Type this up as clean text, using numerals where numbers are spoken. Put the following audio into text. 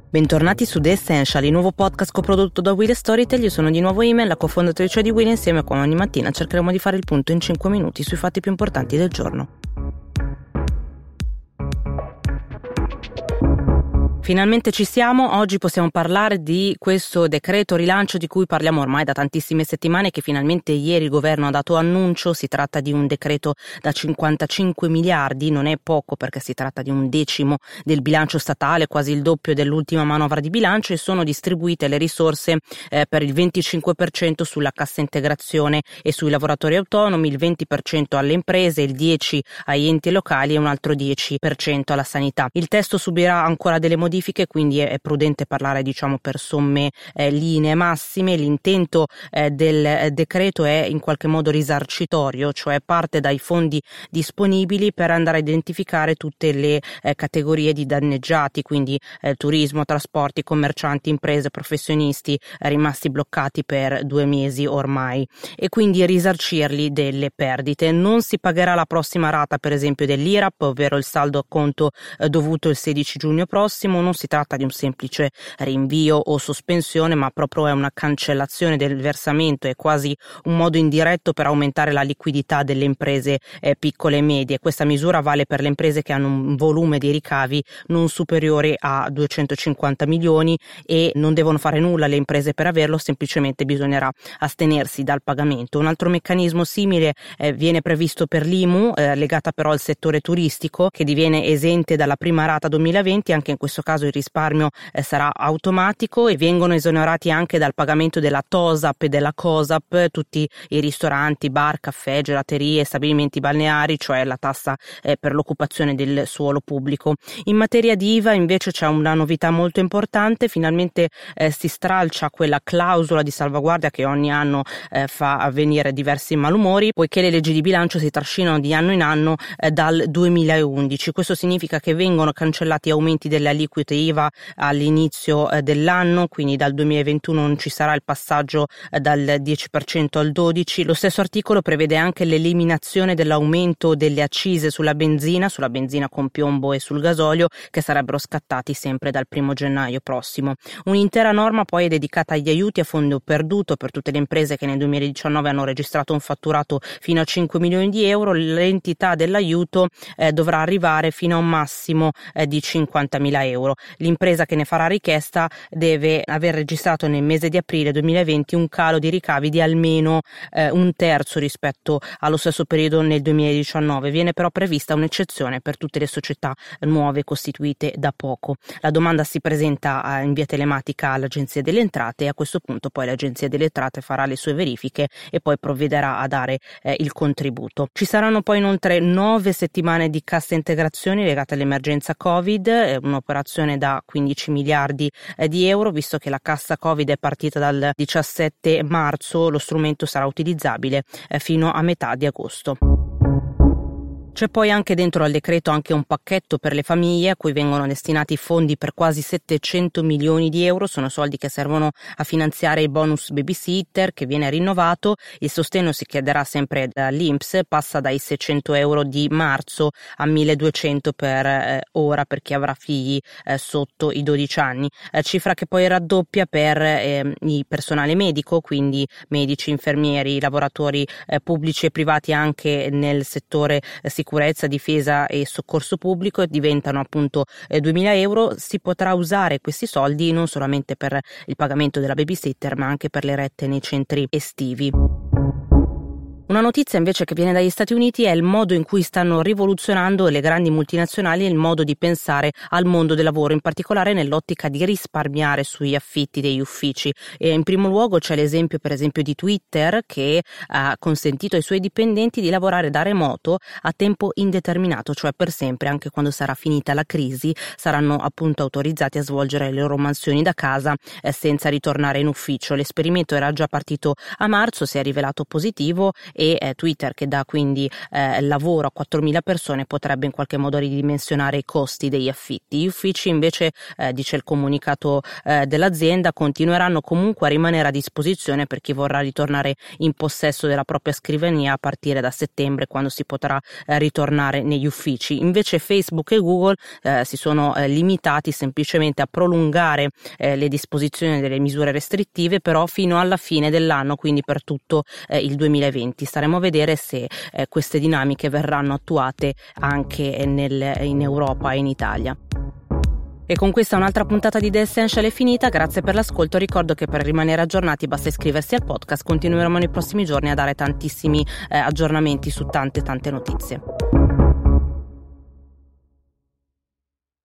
Bentornati su The Essential, il nuovo podcast coprodotto da Will Storytel. Io sono di nuovo Ime, la cofondatrice di Will, e insieme come ogni mattina cercheremo di fare il punto in 5 minuti sui fatti più importanti del giorno. Finalmente ci siamo, oggi possiamo parlare di questo decreto rilancio di cui parliamo ormai da tantissime settimane, che finalmente ieri il governo ha dato annuncio. Si tratta di un decreto da 55 miliardi, non è poco perché si tratta di un decimo del bilancio statale, quasi il doppio dell'ultima manovra di bilancio, e sono distribuite le risorse per il 25% sulla cassa integrazione e sui lavoratori autonomi, il 20% alle imprese, il 10% agli enti locali e un altro 10% alla sanità. Il testo subirà ancora delle modifiche, quindi è prudente parlare per somme linee massime. L'intento del decreto è in qualche modo risarcitorio, cioè parte dai fondi disponibili per andare a identificare tutte le categorie di danneggiati, quindi turismo, trasporti, commercianti, imprese, professionisti rimasti bloccati per 2 mesi ormai, e quindi risarcirli delle perdite. Non si pagherà la prossima rata, per esempio, dell'IRAP, ovvero il saldo a conto dovuto il 16 giugno prossimo. Non si tratta di un semplice rinvio o sospensione, ma proprio è una cancellazione del versamento, è quasi un modo indiretto per aumentare la liquidità delle imprese piccole e medie. Questa misura vale per le imprese che hanno un volume di ricavi non superiore a 250 milioni e non devono fare nulla le imprese per averlo, semplicemente bisognerà astenersi dal pagamento. Un altro meccanismo simile viene previsto per l'IMU, legata però al settore turistico, che diviene esente dalla prima rata 2020. Anche in questo caso il risparmio sarà automatico, e vengono esonerati anche dal pagamento della TOSAP e della COSAP tutti i ristoranti, bar, caffè, gelaterie, stabilimenti balneari, cioè la tassa per l'occupazione del suolo pubblico. In materia di IVA invece c'è una novità molto importante: finalmente si stralcia quella clausola di salvaguardia che ogni anno fa avvenire diversi malumori, poiché le leggi di bilancio si trascinano di anno in anno dal 2011. Questo significa che vengono cancellati aumenti delle aliquote IVA all'inizio dell'anno, quindi dal 2021 non ci sarà il passaggio dal 10% al 12%. Lo stesso articolo prevede anche l'eliminazione dell'aumento delle accise sulla benzina con piombo e sul gasolio, che sarebbero scattati sempre dal 1 gennaio prossimo. Un'intera norma poi è dedicata agli aiuti a fondo perduto per tutte le imprese che nel 2019 hanno registrato un fatturato fino a 5 milioni di euro. L'entità dell'aiuto dovrà arrivare fino a un massimo di 50.000 euro. L'impresa che ne farà richiesta deve aver registrato nel mese di aprile 2020 un calo di ricavi di almeno un terzo rispetto allo stesso periodo nel 2019. Viene però prevista un'eccezione per tutte le società nuove costituite da poco. La domanda si presenta in via telematica all'Agenzia delle Entrate, e a questo punto poi l'Agenzia delle Entrate farà le sue verifiche e poi provvederà a dare il contributo. Ci saranno poi inoltre 9 settimane di cassa integrazioni legate all'emergenza Covid, un'operazione da 15 miliardi di euro. Visto che la cassa Covid è partita dal 17 marzo, lo strumento sarà utilizzabile fino a metà di agosto. C'è poi anche dentro al decreto anche un pacchetto per le famiglie a cui vengono destinati fondi per quasi 700 milioni di euro. Sono soldi che servono a finanziare il bonus babysitter, che viene rinnovato. Il sostegno si chiederà sempre dall'INPS, passa dai 600 euro di marzo a 1200 per ora per chi avrà figli sotto i 12 anni, cifra che poi raddoppia per il personale medico, quindi medici, infermieri, lavoratori pubblici e privati anche nel settore sicurezza, difesa e soccorso pubblico. Diventano appunto 2.000 euro. Si potrà usare questi soldi non solamente per il pagamento della babysitter, ma anche per le rette nei centri estivi. Una notizia invece che viene dagli Stati Uniti è il modo in cui stanno rivoluzionando le grandi multinazionali il modo di pensare al mondo del lavoro, in particolare nell'ottica di risparmiare sui affitti degli uffici. E in primo luogo c'è l'esempio per esempio di Twitter, che ha consentito ai suoi dipendenti di lavorare da remoto a tempo indeterminato, cioè per sempre. Anche quando sarà finita la crisi saranno appunto autorizzati a svolgere le loro mansioni da casa senza ritornare in ufficio. L'esperimento era già partito a marzo, si è rivelato positivo e Twitter, che dà quindi lavoro a 4.000 persone, potrebbe in qualche modo ridimensionare i costi degli affitti. Gli uffici invece, dice il comunicato dell'azienda, continueranno comunque a rimanere a disposizione per chi vorrà ritornare in possesso della propria scrivania a partire da settembre, quando si potrà ritornare negli uffici. Invece Facebook e Google si sono limitati semplicemente a prolungare le disposizioni delle misure restrittive, però fino alla fine dell'anno, quindi per tutto il 2020. Staremo a vedere se queste dinamiche verranno attuate anche in Europa e in Italia. E con questa un'altra puntata di The Essential è finita. Grazie per l'ascolto. Ricordo che per rimanere aggiornati basta iscriversi al podcast. Continueremo nei prossimi giorni a dare tantissimi aggiornamenti su tante notizie.